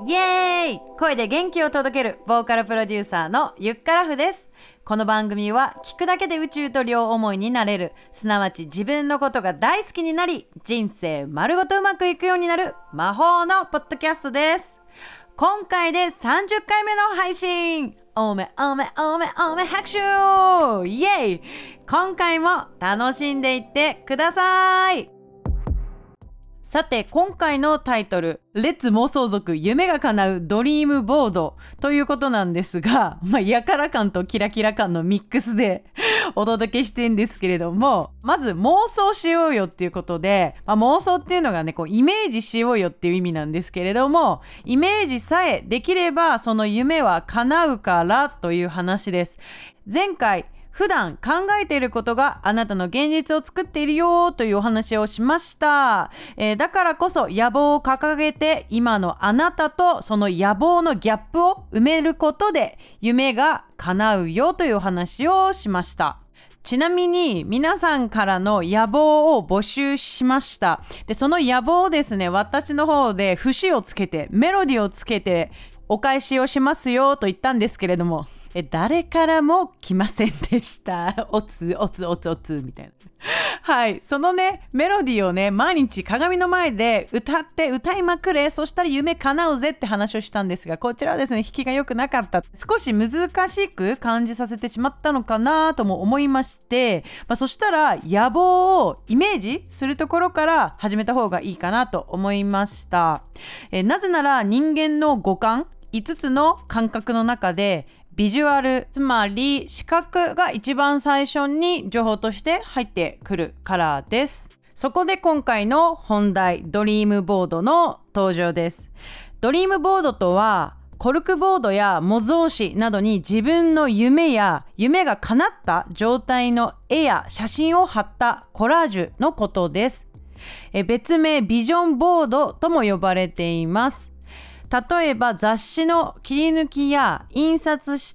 イエーイ！声で元気を届けるボーカルプロデューサーのゆっからふです。この番組は聞くだけで宇宙と両思いになれる、すなわち自分のことが大好きになり、人生丸ごとうまくいくようになる魔法のポッドキャストです。今回で30回目の配信。おめ拍手イエーイ！今回も楽しんでいってください。さて今回のタイトル、レッツ妄想族夢が叶うドリームボードということなんですが、やから感とキラキラ感のミックスでお届けしてんですけれども、まず妄想しようよっていうことで、妄想っていうのがね、イメージしようよっていう意味なんですけれども、イメージさえできればその夢は叶うからという話です。前回普段考えていることがあなたの現実を作っているよというお話をしました。だからこそ野望を掲げて今のあなたとその野望のギャップを埋めることで夢が叶うよというお話をしました。ちなみに皆さんからの野望を募集しました。で、その野望をですね、私の方で節をつけてメロディをつけてお返しをしますよと言ったんですけれども、誰からも来ませんでした。おつみたいな。はい、そのねメロディーをね毎日鏡の前で歌いまくれ、そしたら夢叶うぜって話をしたんですが、こちらはですね弾きが良くなかった、少し難しく感じさせてしまったのかなとも思いまして、そしたら野望をイメージするところから始めた方がいいかなと思いました。なぜなら人間の五感5つの感覚の中でビジュアル、つまり視覚が一番最初に情報として入ってくるからです。そこで今回の本題、ドリームボードの登場です。ドリームボードとはコルクボードや模造紙などに自分の夢や夢が叶った状態の絵や写真を貼ったコラージュのことです。別名ビジョンボードとも呼ばれています。例えば雑誌の切り抜きや印刷した、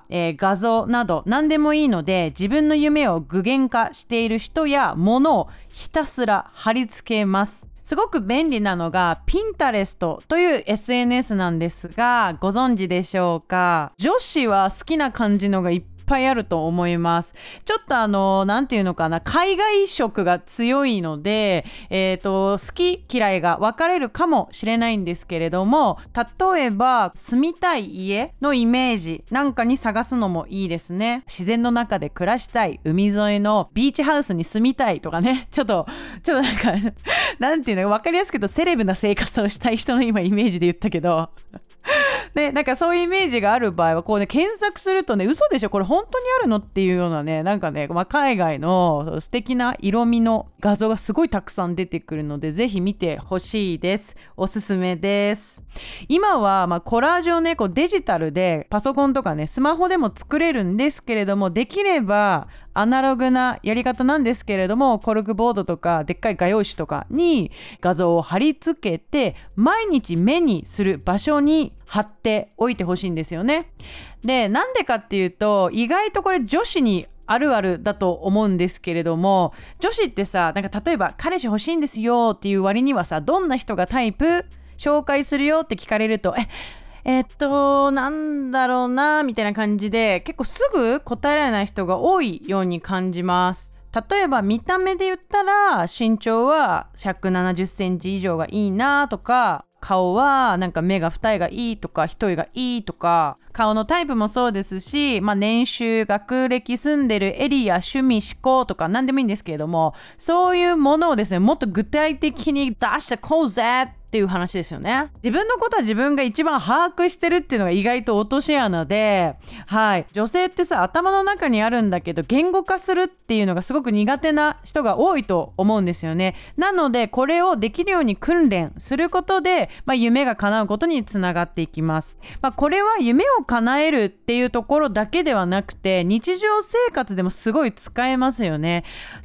画像など何でもいいので、自分の夢を具現化している人や物をひたすら貼り付けます。すごく便利なのが Pinterest という SNS なんですが、ご存知でしょうか？女子は好きな感じのがいっぱいあると思います。ちょっとなんていうのかな、海外色が強いので、好き嫌いが分かれるかもしれないんですけれども、例えば住みたい家のイメージなんかに探すのもいいですね。自然の中で暮らしたい、海沿いのビーチハウスに住みたいとかね、ちょっとなんかなんていうの、分かりやすく言うとセレブな生活をしたい人の今イメージで言ったけどで、なんかそういうイメージがある場合はこうね、検索するとね、嘘でしょこれ本当にあるのっていうようなね、なんかね、海外の素敵な色味の画像がすごいたくさん出てくるので、ぜひ見てほしいです。おすすめです。今はコラージュをね、デジタルでパソコンとかね、スマホでも作れるんですけれども、できればアナログなやり方なんですけれども、コルクボードとかでっかい画用紙とかに画像を貼り付けて毎日目にする場所に貼っておいてほしいんですよね。で、なんでかっていうと、意外とこれ女子にあるあるだと思うんですけれども、女子ってさ、なんか例えば彼氏欲しいんですよっていう割にはさ、どんな人がタイプ紹介するよって聞かれると、なんだろうなみたいな感じで結構すぐ答えられない人が多いように感じます。例えば見た目で言ったら身長は170センチ以上がいいなとか、顔はなんか目が二重がいいとか一重がいいとか、顔のタイプもそうですし、年収、学歴、住んでるエリア、趣味、思考とか何でもいいんですけれども、そういうものをですね、もっと具体的に出してこうぜっていう話ですよね。自分のことは自分が一番把握してるっていうのが意外と落とし穴で、はい、女性ってさ、頭の中にあるんだけど言語化するっていうのがすごく苦手な人が多いと思うんですよね。なのでこれをできるように訓練することで、夢が叶うことにつながっていきます。これは夢を叶えるっていうところだけではなくて、日常生活でもすごい使えますよね。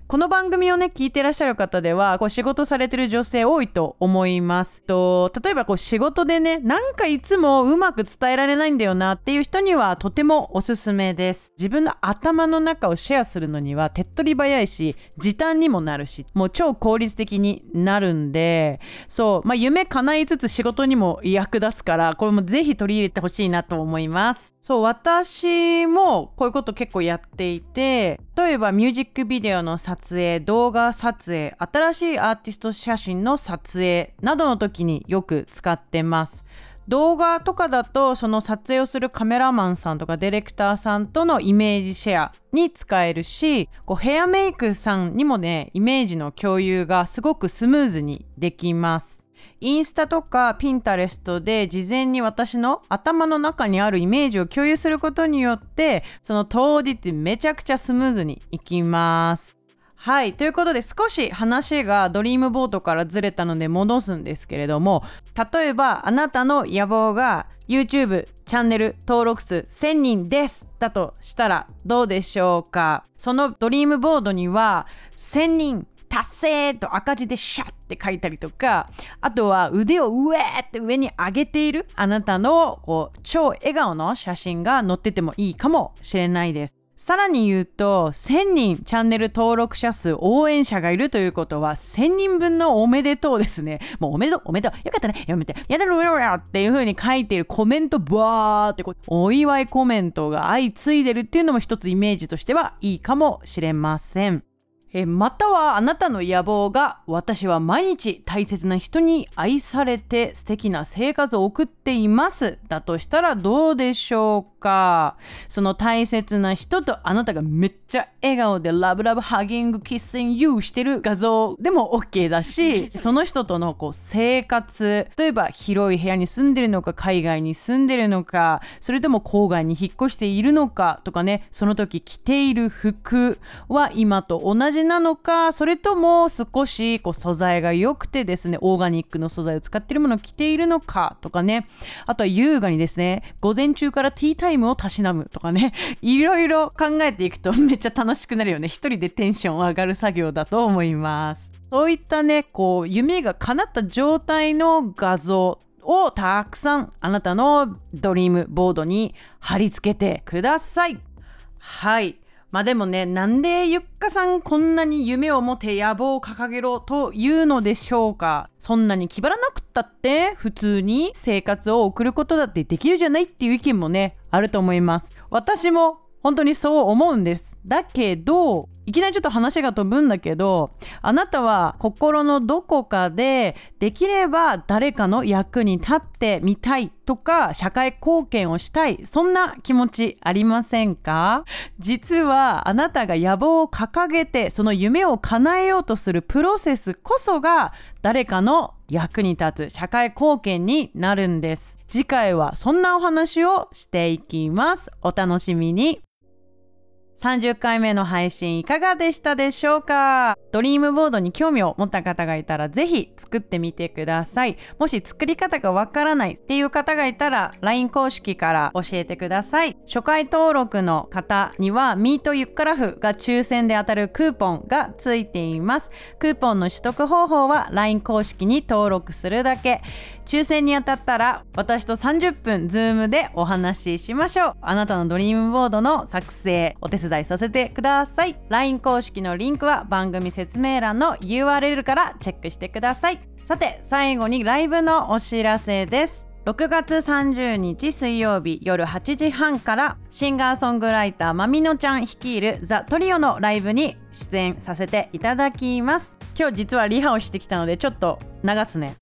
この番組をね聞いてらっしゃる方では仕事されてる女性多いと思います。例えば仕事でねなんかいつもうまく伝えられないんだよなっていう人にはとてもおすすめです。自分の頭の中をシェアするのには手っ取り早いし時短にもなるしもう超効率的になるんで、夢叶いつつ仕事にも役立つから、これもぜひ取り入れてほしいなと思います。私もこういうこと結構やっていて、例えばミュージックビデオの撮影、動画撮影、新しいアーティスト写真の撮影などの時によく使ってます。動画とかだとその撮影をするカメラマンさんとかディレクターさんとのイメージシェアに使えるし、ヘアメイクさんにもねイメージの共有がすごくスムーズにできます。インスタとかピンタレストで事前に私の頭の中にあるイメージを共有することによってその当日めちゃくちゃスムーズにいきます。はい、ということで少し話がドリームボードからずれたので戻すんですけれども、例えばあなたの野望が YouTube チャンネル登録数1000人ですだとしたらどうでしょうか。そのドリームボードには1000人達成と赤字でシャッって書いたりとか、あとは腕をうえーって上に上げているあなたの超笑顔の写真が載っててもいいかもしれないです。さらに言うと1000人チャンネル登録者数応援者がいるということは1000人分のおめでとうですね。もうおめでとうよかったねやめてやだろよっていう風に書いているコメントバーってお祝いコメントが相次いでるっていうのも一つイメージとしてはいいかもしれません。またはあなたの野望が私は毎日大切な人に愛されて素敵な生活を送っていますだとしたらどうでしょうか。その大切な人とあなたがめっちゃ笑顔でラブラブハギングキッシングユーしてる画像でも OK だし、その人との生活、例えば広い部屋に住んでるのか海外に住んでるのかそれとも郊外に引っ越しているのかとかね、その時着ている服は今と同じなのか、それとも少し素材が良くてですねオーガニックの素材を使っているものを着ているのかとかね、あとは優雅にですね午前中からティータイムをたしなむとかね、いろいろ考えていくとめっちゃ楽しくなるよね。一人でテンション上がる作業だと思います。そういったね夢が叶った状態の画像をたくさんあなたのドリームボードに貼り付けてください。はい、でもね、なんでゆっかさんこんなに夢を持て野望を掲げろというのでしょうか。そんなに気張らなくったって普通に生活を送ることだってできるじゃないっていう意見もねあると思います。私も本当にそう思うんです。だけどいきなりちょっと話が飛ぶんだけど、あなたは心のどこかでできれば誰かの役に立ってみたいとか社会貢献をしたい、そんな気持ちありませんか？実はあなたが野望を掲げてその夢を叶えようとするプロセスこそが誰かの役に立つ社会貢献になるんです。次回はそんなお話をしていきます。お楽しみに。30回目の配信いかがでしたでしょうか？ドリームボードに興味を持った方がいたらぜひ作ってみてください。もし作り方がわからないっていう方がいたら LINE 公式から教えてください。初回登録の方にはミートユッカラフが抽選で当たるクーポンがついています。クーポンの取得方法は LINE 公式に登録するだけ。抽選に当たったら私と30分 Zoom でお話ししましょう。あなたのドリームボードの作成お手伝いさせてください。 LINE 公式のリンクは番組説明欄の URL からチェックしてください。さて最後にライブのお知らせです。6月30日水曜日夜8時半からシンガーソングライターまみのちゃん率いるザ・トリオのライブに出演させていただきます。今日実はリハをしてきたのでちょっと流すね。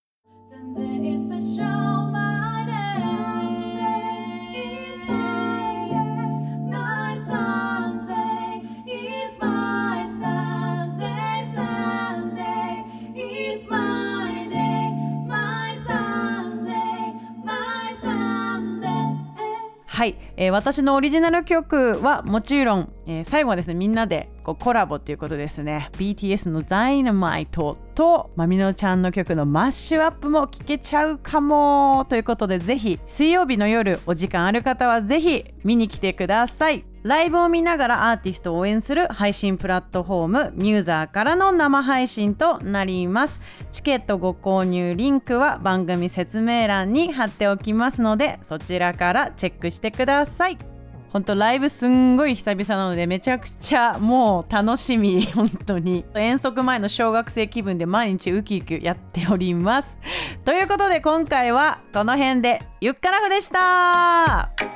はい、私のオリジナル曲はもちろん、最後はですねみんなでコラボということですね。 BTS の Dynamite とまみのちゃんの曲のマッシュアップも聴けちゃうかもということで、ぜひ水曜日の夜お時間ある方はぜひ見に来てください。 ライブを見ながらアーティストを応援する配信プラットフォームミューザーからの生配信となります。チケットご購入リンクは番組説明欄に貼っておきますので、そちらからチェックしてください。本当ライブすんごい久々なのでめちゃくちゃもう楽しみ。本当に遠足前の小学生気分で毎日ウキウキやっております。ということで今回はこの辺でゆっからふでした。